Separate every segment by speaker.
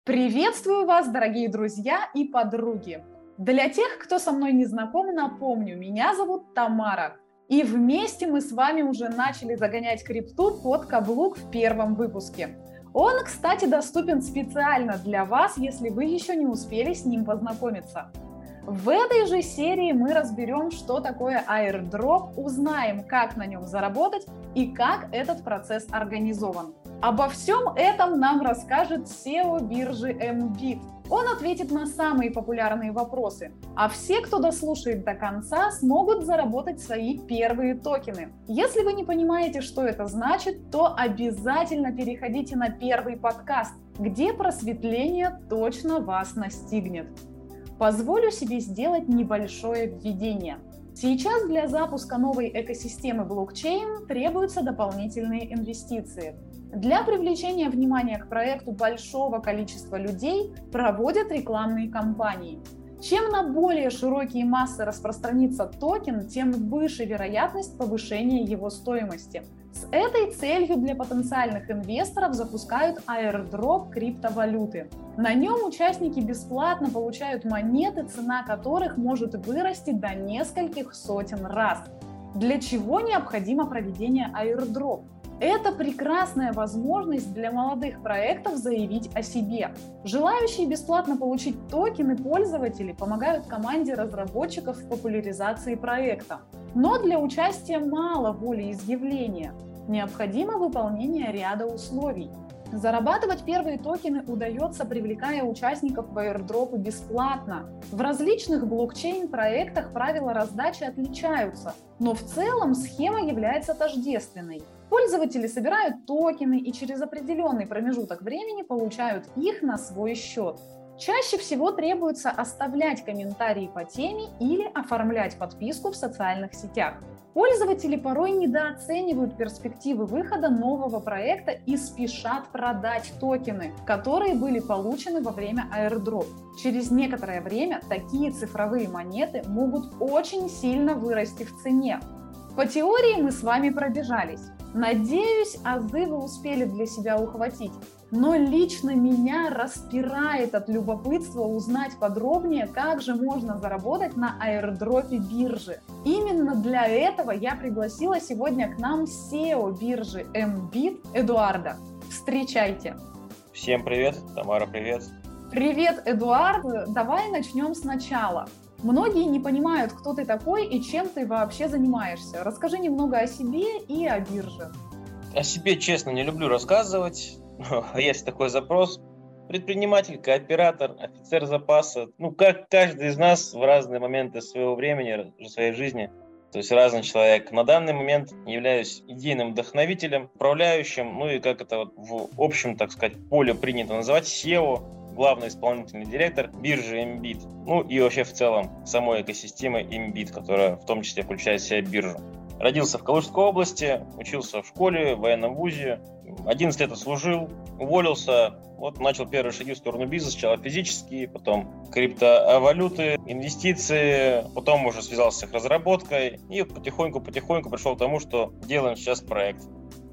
Speaker 1: Приветствую вас, дорогие друзья и подруги! Для тех, кто со мной не знаком, напомню, меня зовут Тамара. И вместе мы с вами уже начали загонять крипту под каблук в первом выпуске. Он, кстати, доступен специально для вас, если вы еще не успели с ним познакомиться. В этой же серии мы разберем, что такое airdrop, узнаем, как на нем заработать и как этот процесс организован. Обо всем этом нам расскажет SEO биржи MBIT. Он ответит на самые популярные вопросы, а все, кто дослушает до конца, смогут заработать свои первые токены. Если вы не понимаете, что это значит, то обязательно переходите на первый подкаст, где просветление точно вас настигнет. Позволю себе сделать небольшое введение. Сейчас для запуска новой экосистемы блокчейн требуются дополнительные инвестиции. Для привлечения внимания к проекту большого количества людей проводят рекламные кампании. Чем на более широкие массы распространится токен, тем выше вероятность повышения его стоимости. С этой целью для потенциальных инвесторов запускают airdrop криптовалюты. На нем участники бесплатно получают монеты, цена которых может вырасти до нескольких сотен раз. Для чего необходимо проведение airdrop? Это прекрасная возможность для молодых проектов заявить о себе. Желающие бесплатно получить токены пользователи помогают команде разработчиков в популяризации проекта. Но для участия мало волеизъявления. Необходимо выполнение ряда условий. Зарабатывать первые токены удается, привлекая участников в airdropы бесплатно. В различных блокчейн-проектах правила раздачи отличаются, но в целом схема является тождественной. Пользователи собирают токены и через определенный промежуток времени получают их на свой счет. Чаще всего требуется оставлять комментарии по теме или оформлять подписку в социальных сетях. Пользователи порой недооценивают перспективы выхода нового проекта и спешат продать токены, которые были получены во время airdrop. Через некоторое время такие цифровые монеты могут очень сильно вырасти в цене. По теории мы с вами пробежались. Надеюсь, азы вы успели для себя ухватить. Но лично меня распирает от любопытства узнать подробнее, как же можно заработать на airdropе биржи. Именно для этого я пригласила сегодня к нам SEO биржи MBIT Эдуарда. Встречайте!
Speaker 2: Всем привет, Тамара, привет!
Speaker 1: Привет, Эдуард! Давай начнем сначала. Многие не понимают, кто ты такой и чем ты вообще занимаешься. Расскажи немного о себе и о бирже.
Speaker 2: О себе, честно, не люблю рассказывать. Есть такой запрос. Предприниматель, кооператор, офицер запаса. Как каждый из нас в разные моменты своего времени, своей жизни. То есть разный человек. На данный момент являюсь идейным вдохновителем, управляющим, и как это в общем, так сказать, поле принято называть, SEO, главный исполнительный директор биржи MBIT. И вообще в целом самой экосистемы MBIT, которая в том числе включает в себя биржу. Родился в Калужской области, учился в школе, в военном вузе, 11 лет отслужил, уволился, начал первые шаги в сторону бизнеса, сначала физические, потом криптовалюты, инвестиции, потом уже связался с их разработкой и потихоньку пришел к тому, что делаем сейчас проект.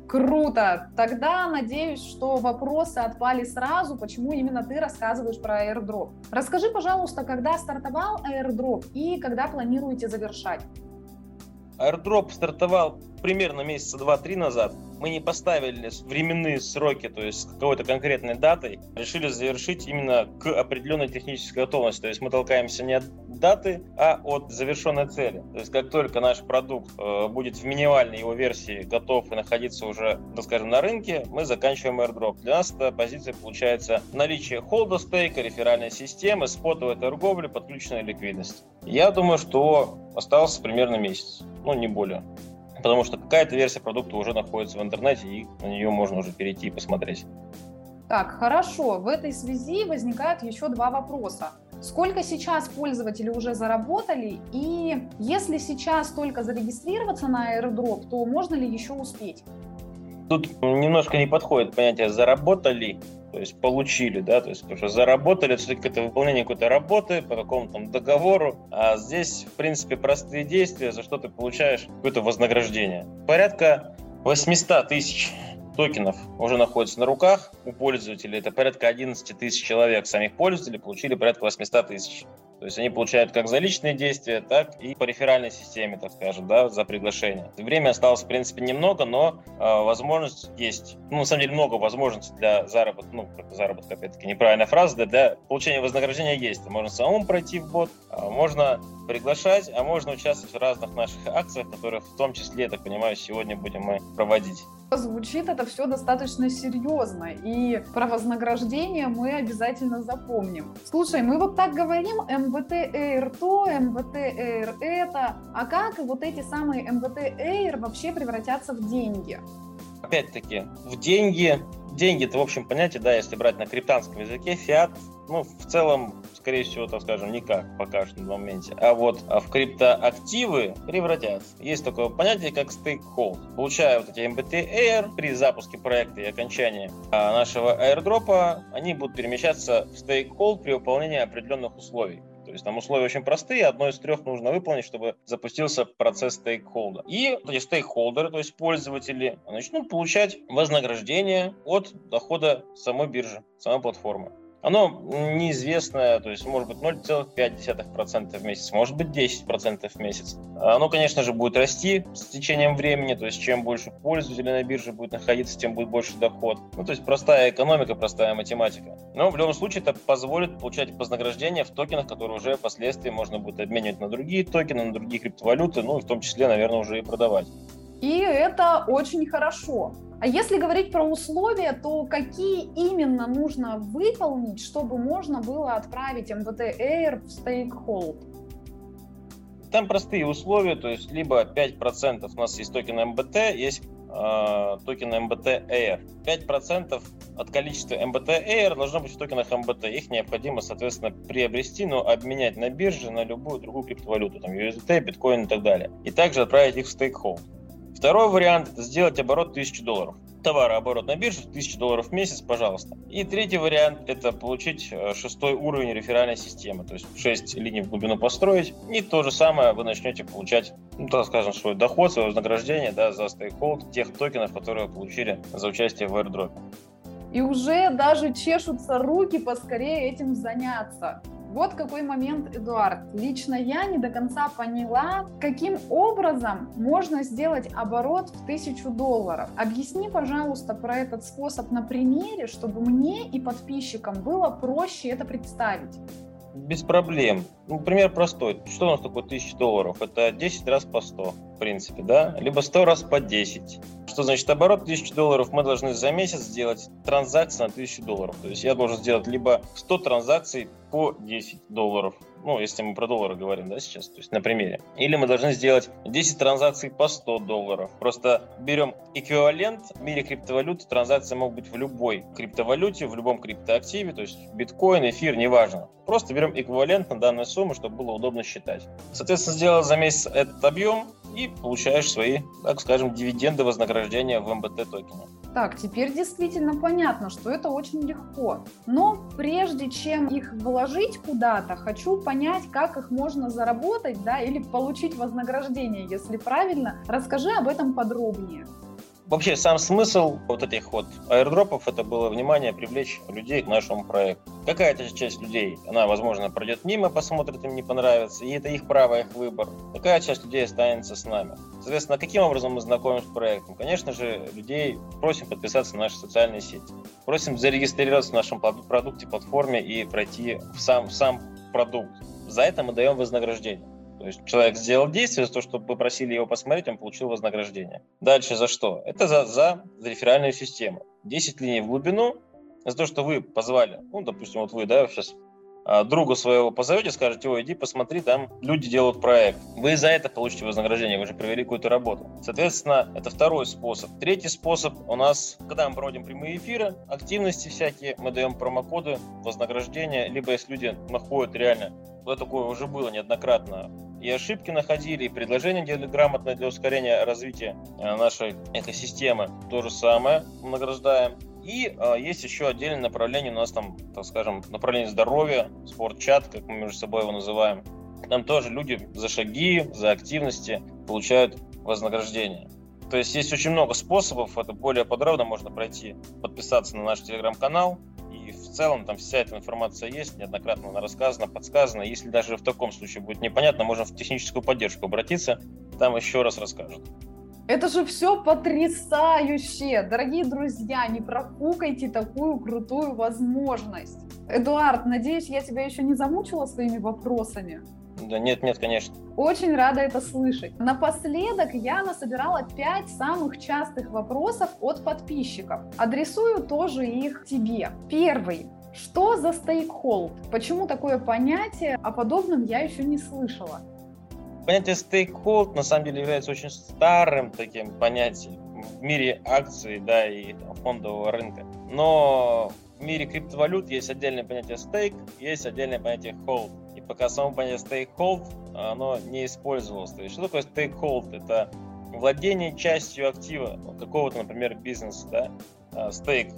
Speaker 1: Круто! Тогда надеюсь, что вопросы отпали сразу, почему именно ты рассказываешь про airdrop. Расскажи, пожалуйста, когда стартовал airdrop и когда планируете завершать?
Speaker 2: Airdrop стартовал примерно месяца 2-3 назад. Мы не поставили временные сроки, то есть с какой-то конкретной датой. Решили завершить именно к определенной технической готовности. То есть мы толкаемся не от даты, а от завершенной цели. То есть как только наш продукт будет в минимальной его версии готов и находиться уже, так скажем, на рынке, мы заканчиваем airdrop. Для нас эта позиция получается наличие холда стейка, реферальной системы, спотовой торговли, подключенной ликвидности. Я думаю, что остался примерно месяц, не более. Потому что какая-то версия продукта уже находится в интернете, и на нее можно уже перейти и посмотреть.
Speaker 1: Так, хорошо. В этой связи возникают еще два вопроса. Сколько сейчас пользователи уже заработали? И если сейчас только зарегистрироваться на airdrop, то можно ли еще успеть?
Speaker 2: Тут немножко не подходит понятие «заработали», то есть «получили», да, то есть потому что «заработали» — это все-таки это выполнение какой-то работы по какому-то там договору, а здесь, в принципе, простые действия, за что ты получаешь какое-то вознаграждение. Порядка 800 тысяч токенов уже находится на руках у пользователей. Это порядка 11 тысяч человек. Самих пользователей получили порядка 800 тысяч. То есть они получают как за личные действия, так и по реферальной системе, так скажем, да, за приглашение. Время осталось, в принципе, немного, но возможность есть. На самом деле много возможностей для заработка, заработка, опять-таки, неправильная фраза, для получения вознаграждения есть. Можно самому пройти в бот, можно приглашать, а можно участвовать в разных наших акциях, которые в том числе, я так понимаю, сегодня будем мы проводить.
Speaker 1: Звучит это все достаточно серьезно, и про вознаграждение мы обязательно запомним. Слушай, мы вот так говорим, МВТ Air то, МВТ Air это, а как вот эти самые МВТ Air вообще превратятся в деньги?
Speaker 2: Опять-таки, в деньги, это, в общем, понятие, да, если брать на криптанском языке, фиат, в целом, скорее всего, так скажем, никак пока что на моменте. А вот в криптоактивы превратятся. Есть такое понятие, как стейкхолд. Получая вот эти MBT Air при запуске проекта и окончании нашего airdropа, они будут перемещаться в стейкхолд при выполнении определенных условий. То есть там условия очень простые, одно из трех нужно выполнить, чтобы запустился процесс стейкхолда. И эти стейкхолдеры, то есть пользователи, начнут получать вознаграждение от дохода самой биржи, самой платформы. Оно неизвестное, то есть может быть 0,5% в месяц, может быть 10% в месяц. Оно, конечно же, будет расти с течением времени, то есть чем больше пользователей на бирже будет находиться, тем будет больше доход. То есть простая экономика, простая математика. Но в любом случае это позволит получать вознаграждение в токенах, которые уже впоследствии можно будет обменивать на другие токены, на другие криптовалюты, и в том числе, наверное, уже и продавать.
Speaker 1: И это очень хорошо. А если говорить про условия, то какие именно нужно выполнить, чтобы можно было отправить МВТ Air в стейкхолд?
Speaker 2: Там простые условия, то есть либо 5% у нас есть токен МБТ, есть токен МБТ Air. 5% от количества МБТ Air должно быть в токенах МБТ. Их необходимо, соответственно, приобрести, но обменять на бирже на любую другую криптовалюту, там USDT, биткоин и так далее. И также отправить их в стейкхолд. Второй вариант – это сделать оборот $1000. Товарооборот на бирже $1000 в месяц, пожалуйста. И третий вариант – это получить 6-й уровень реферальной системы, то есть 6 линий в глубину построить. И то же самое вы начнете получать, так скажем, свой доход, свое вознаграждение, да, за стейкхолд тех токенов, которые вы получили за участие в airdrop.
Speaker 1: И уже даже чешутся руки поскорее этим заняться. Вот какой момент, Эдуард. Лично я не до конца поняла, каким образом можно сделать оборот в $1000. Объясни, пожалуйста, про этот способ на примере, чтобы мне и подписчикам было проще это представить.
Speaker 2: Без проблем. Пример простой. Что у нас такое $1000? Это 10 раз по 100, в принципе, да? Либо 100 раз по 10. Что значит оборот $1000? Мы должны за месяц сделать транзакции на $1000. То есть я должен сделать либо 100 транзакций по $10. Если мы про доллары говорим, да, сейчас, то есть на примере. Или мы должны сделать 10 транзакций по $100. Просто берем эквивалент в мире криптовалюты. Транзакции могут быть в любой криптовалюте, в любом криптоактиве, то есть биткоин, эфир, неважно. Просто берем эквивалент на данную сумму, чтобы было удобно считать. Соответственно, сделал за месяц этот объем и получаешь свои, так скажем, дивиденды вознаграждения в МБТ токене.
Speaker 1: Так, теперь действительно понятно, что это очень легко. Но прежде чем их вложить куда-то, хочу понять, как их можно заработать, да, или получить вознаграждение, если правильно. Расскажи об этом подробнее.
Speaker 2: Вообще, сам смысл вот этих вот аирдропов – это было внимание привлечь людей к нашему проекту. Какая-то часть людей, она, возможно, пройдет мимо, посмотрит, им не понравится, и это их право, их выбор. Какая часть людей останется с нами. Соответственно, каким образом мы знакомим с проектом? Конечно же, людей просим подписаться на наши социальные сети. Просим зарегистрироваться в нашем продукте, платформе и пройти в сам продукт. За это мы даем вознаграждение. То есть человек сделал действие за то, что вы просили его посмотреть, он получил вознаграждение. Дальше за что? Это за реферальную систему. 10 линий в глубину за то, что вы позвали, допустим, вот вы, да, сейчас друга своего позовете, скажете: ой, иди посмотри, там люди делают проект. Вы за это получите вознаграждение, вы же провели какую-то работу. Соответственно, это второй способ. Третий способ у нас, когда мы проводим прямые эфиры, активности всякие, мы даем промокоды, вознаграждения, либо если люди находят реально, такое уже было неоднократно, и ошибки находили, и предложения делали грамотно для ускорения развития нашей экосистемы. То же самое награждаем. И есть еще отдельное направление у нас там, так скажем, направление здоровья, спортчат, как мы между собой его называем. Там тоже люди за шаги, за активности получают вознаграждение. То есть есть очень много способов, это более подробно можно пройти, подписаться на наш телеграм-канал. И в целом там вся эта информация есть, неоднократно она рассказана, подсказана. Если даже в таком случае будет непонятно, можно в техническую поддержку обратиться, там еще раз расскажут.
Speaker 1: Это же все потрясающе! Дорогие друзья, не профукайте такую крутую возможность. Эдуард, надеюсь, я тебя еще не замучила своими вопросами?
Speaker 2: Да нет, конечно.
Speaker 1: Очень рада это слышать. Напоследок я насобирала 5 самых частых вопросов от подписчиков. Адресую тоже их тебе. Первый. Что за стейкхолд? Почему такое понятие? О подобном я еще не слышала.
Speaker 2: Понятие стейкхолд на самом деле является очень старым таким понятием в мире акций, да, и фондового рынка. Но в мире криптовалют есть отдельное понятие стейк, есть отдельное понятие hold. И пока само понятие стейкхолд, оно не использовалось. То есть, что такое стейкхолд? Это владение частью актива какого-то, например, бизнеса, да, стейк.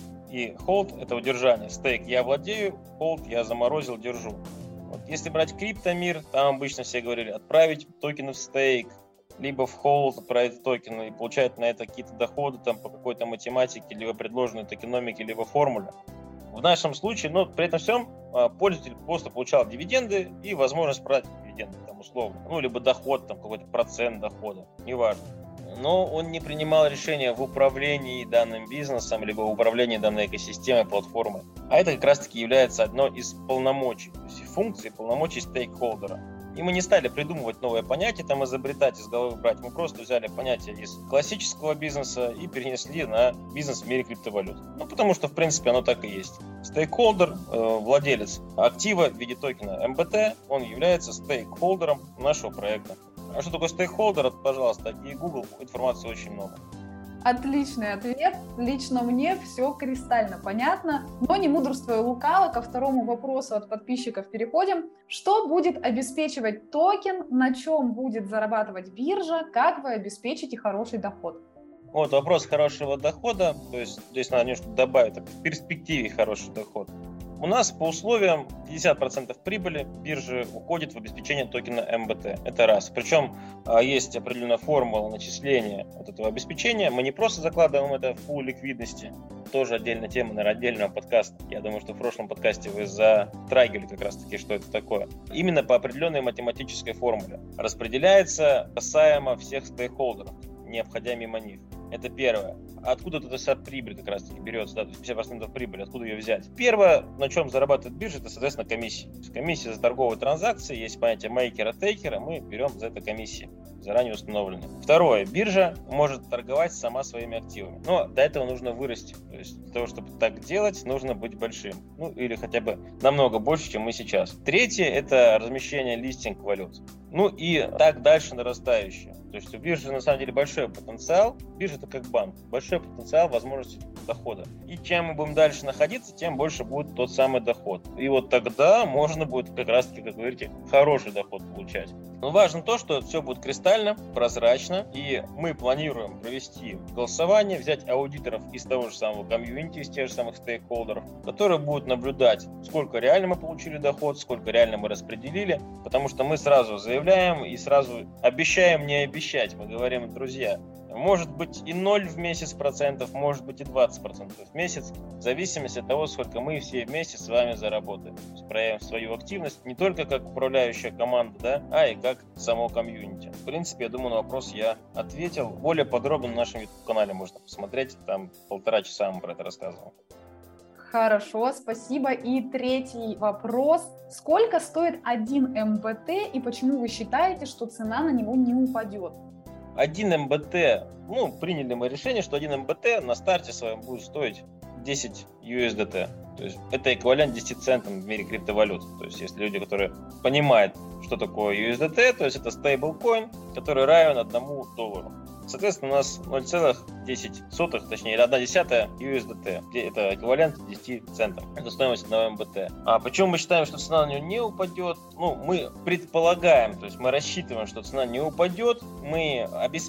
Speaker 2: И hold – это удержание. Стейк – я владею, hold – я заморозил, держу. Вот если брать криптомир, там обычно все говорили отправить токены в стейк, либо в hold отправить токены и получать на это какие-то доходы там, по какой-то математике, либо предложенной токеномике, либо формуле. В нашем случае, но при этом всем пользователь просто получал дивиденды и возможность продать дивиденды, там, условно. Ну, либо доход, там, какой-то процент дохода, неважно. Но он не принимал решения в управлении данным бизнесом, либо в управлении данной экосистемой, платформой. А это как раз-таки является одной из полномочий, то есть функций, полномочий стейкхолдера. И мы не стали придумывать новое понятие, там изобретать, из головы брать. Мы просто взяли понятие из классического бизнеса и перенесли на бизнес в мире криптовалют. Ну, потому что, в принципе, оно так и есть. Стейкхолдер, владелец актива в виде токена МБТ, он является стейкхолдером нашего проекта. А что такое стейкхолдер? Пожалуйста, и Google, информации очень много.
Speaker 1: Отличный ответ. Лично мне все кристально понятно. Но не мудрствуя лукаво, ко второму вопросу от подписчиков переходим. Что будет обеспечивать токен? На чем будет зарабатывать биржа? Как вы обеспечите хороший доход?
Speaker 2: Вот вопрос хорошего дохода. То есть здесь надо немножко добавить в перспективе хороший доход. У нас по условиям 50% прибыли биржи уходит в обеспечение токена МБТ. Это раз. Причем есть определенная формула начисления вот этого обеспечения. Мы не просто закладываем это в пул ликвидности. Тоже отдельная тема, наверное, отдельного подкаста. Я думаю, что в прошлом подкасте вы затрагивали как раз-таки, что это такое. Именно по определенной математической формуле. Распределяется касаемо всех стейкхолдеров, не обходя мимо них. Это первое. Откуда эта вся прибыль как раз-таки берется, да, то есть 50% прибыли, откуда ее взять? Первое, на чем зарабатывает биржа, это, соответственно, комиссия. Комиссия за торговые транзакции, есть понятие мейкера-тейкера, мы берем за это комиссии, заранее установленные. Второе, биржа может торговать сама своими активами, но до этого нужно вырасти. То есть для того, чтобы так делать, нужно быть большим. Ну, или хотя бы намного больше, чем мы сейчас. Третье, это размещение листинг валют. Ну и так дальше нарастающее. То есть у биржи на самом деле большой потенциал. Биржа это как банк. Большой потенциал возможности дохода. И чем мы будем дальше находиться, тем больше будет тот самый доход. И вот тогда можно будет как раз таки, как говорите, хороший доход получать. Но важно то, что все будет кристально, прозрачно. И мы планируем провести голосование, взять аудиторов из того же самого комьюнити, из тех же самых стейкхолдеров, которые будут наблюдать, сколько реально мы получили доход, сколько реально мы распределили. Потому что мы сразу заявляем и сразу обещаем не обещать. Мы говорим, друзья, может быть и 0 в месяц процентов, может быть и 20% в месяц, в зависимости от того, сколько мы все вместе с вами заработаем. То есть проявим свою активность не только как управляющая команда, да, а и как само комьюнити. В принципе, я думаю, на вопрос я ответил. Более подробно на нашем YouTube-канале можно посмотреть, там 1,5 часа мы про это рассказывал.
Speaker 1: Хорошо, спасибо. И третий вопрос. Сколько стоит один МБТ и почему вы считаете, что цена на него не упадет?
Speaker 2: Один МБТ, приняли мы решение, что один МБТ на старте своем будет стоить 10 USDT. То есть это эквивалент 10 центам в мире криптовалют. То есть если люди, которые понимают, что такое USDT, то есть это стейблкоин, который равен $1. Соответственно, у нас 0,10, точнее 1/10 USDT. Это эквивалент 10 центов. Это стоимость одного МБТ. А почему мы считаем, что цена на него не упадет? Мы предполагаем, то есть мы рассчитываем, что цена не упадет. Мы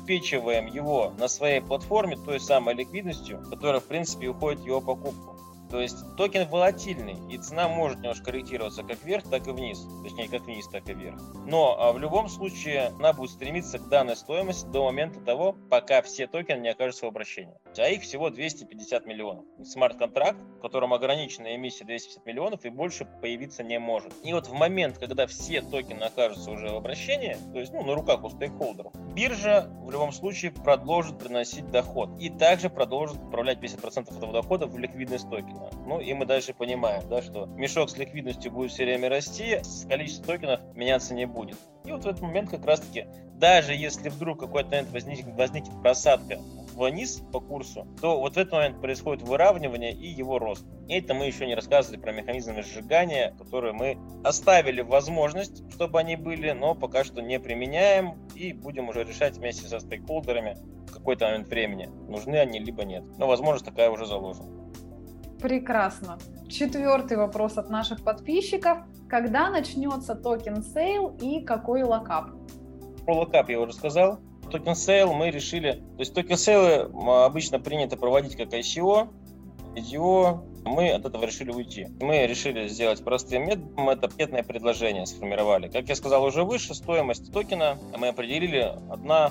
Speaker 2: обеспечиваем его на своей платформе той самой ликвидностью, которая, в принципе, уходит в его покупку. То есть токен волатильный, и цена может немножко корректироваться как вверх, так и вниз. Точнее, как вниз, так и вверх. Но в любом случае она будет стремиться к данной стоимости до момента того, пока все токены не окажутся в обращении. А их всего 250 миллионов. Смарт-контракт, в котором ограниченная эмиссия 250 миллионов и больше появиться не может. И вот в момент, когда все токены окажутся уже в обращении, то есть на руках у стейкхолдеров, биржа в любом случае продолжит приносить доход. И также продолжит управлять 50% этого дохода в ликвидность токена. Ну и мы дальше понимаем, да, что мешок с ликвидностью будет все время расти, количество токенов меняться не будет. И вот в этот момент как раз-таки, даже если вдруг какой-то момент возникнет просадка вниз по курсу, то вот в этот момент происходит выравнивание и его рост. И это мы еще не рассказывали про механизмы сжигания, которые мы оставили возможность, чтобы они были, но пока что не применяем и будем уже решать вместе со стейкхолдерами в какой-то момент времени, нужны они либо нет. Но возможность такая уже заложена.
Speaker 1: Прекрасно. 4-й вопрос от наших подписчиков. Когда начнется токен сейл и какой локап?
Speaker 2: Про локап я уже сказал. Токен сейл мы решили, то есть токен сейлы обычно принято проводить как ICO, мы от этого решили уйти. Мы решили сделать простым методом, это пакетное предложение сформировали. Как я сказал уже выше, стоимость токена мы определили 1/10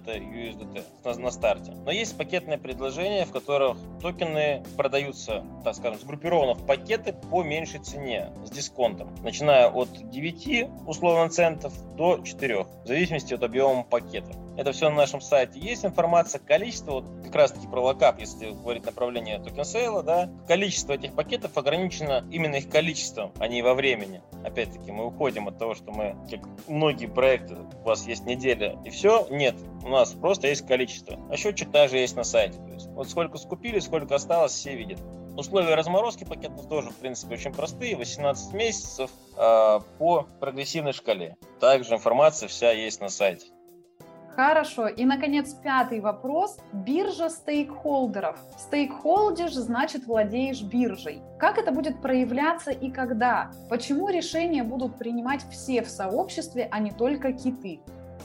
Speaker 2: USDT на старте. Но есть пакетное предложение, в которых токены продаются, так скажем, сгруппированы в пакеты по меньшей цене, с дисконтом, начиная от 9 условно центов до 4, в зависимости от объема пакета. Это все на нашем сайте. Есть информация, количество, вот как раз таки про локап, если говорить направление токен сейла, да, количество этих пакетов ограничено именно их количеством, а не во времени. Опять-таки, мы уходим от того, что мы, как многие проекты, у вас есть неделя и все. Нет, у нас просто есть количество. А счетчик также есть на сайте. То есть, вот сколько скупили, сколько осталось, все видят. Условия разморозки пакетов тоже, в принципе, очень простые. 18 месяцев по прогрессивной шкале. Также информация вся есть на сайте.
Speaker 1: Хорошо. И, наконец, 5-й вопрос. Биржа стейкхолдеров. Стейкхолдишь, значит, владеешь биржей. Как это будет проявляться и когда? Почему решения будут принимать все в сообществе, а не только киты?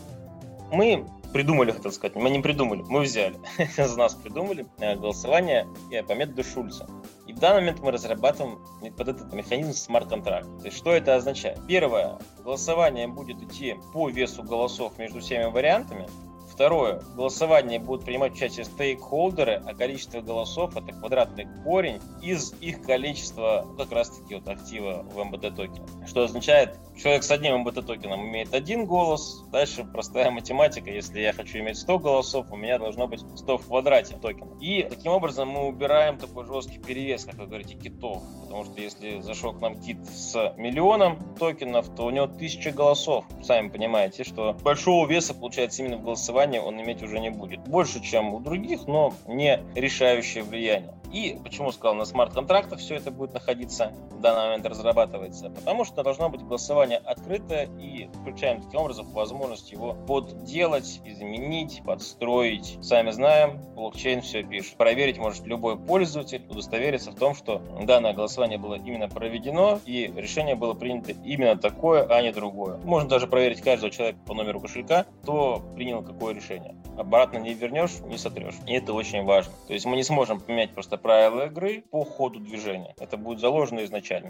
Speaker 2: Мы придумали, хотел сказать, мы не придумали, мы взяли. Из нас придумали голосование по методу Шульца. И в данный момент мы разрабатываем под этот механизм смарт-контракт. То есть, что это означает? Первое, голосование будет идти по весу голосов между всеми вариантами. Второе, в голосовании будут принимать участие стейкхолдеры, а количество голосов — это квадратный корень из их количества как раз-таки вот актива в МБТ токене. Что означает, человек с одним МБТ токеном имеет 1 голос, дальше простая математика, если я хочу иметь 100 голосов, у меня должно быть 100 в квадрате токена. И таким образом мы убираем такой жесткий перевес, как вы говорите, китов, потому что если зашел к нам кит с 1 000 000 токенов, то у него 1000 голосов. Сами понимаете, что большого веса, получается, именно в голосовании он иметь уже не будет. Больше, чем у других, но не решающее влияние. И почему сказал, на смарт-контрактах все это будет находиться, в данный момент разрабатывается? Потому что должно быть голосование открытое и включаем таким образом возможность его подделать, изменить, подстроить. Сами знаем, блокчейн все пишет. Проверить может любой пользователь, удостовериться в том, что данное голосование было именно проведено и решение было принято именно такое, а не другое. Можно даже проверить каждого человека по номеру кошелька, кто принял какое решение. Обратно не вернешь, не сотрешь. И это очень важно. То есть мы не сможем поменять просто правила игры по ходу движения. Это будет заложено изначально.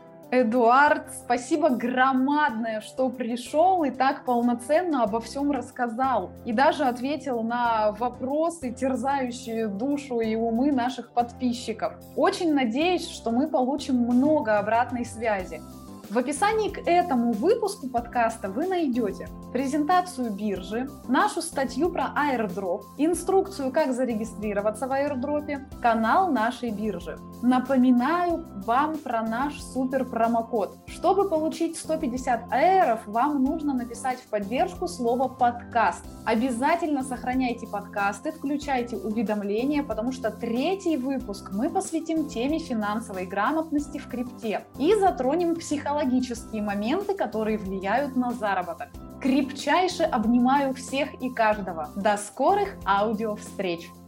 Speaker 1: Эдуард, спасибо громадное, что пришел и так полноценно обо всем рассказал. И даже ответил на вопросы, терзающие душу и умы наших подписчиков. Очень надеюсь, что мы получим много обратной связи. В описании к этому выпуску подкаста вы найдете презентацию биржи, нашу статью про airdrop, инструкцию, как зарегистрироваться в airdrop, канал нашей биржи. Напоминаю вам про наш супер промокод. Чтобы получить 150 аэров, вам нужно написать в поддержку слово «подкаст». Обязательно сохраняйте подкасты, включайте уведомления, потому что 3-й выпуск мы посвятим теме финансовой грамотности в крипте и затронем психологические моменты, которые влияют на заработок. Крепчайше обнимаю всех и каждого. До скорых аудиовстреч!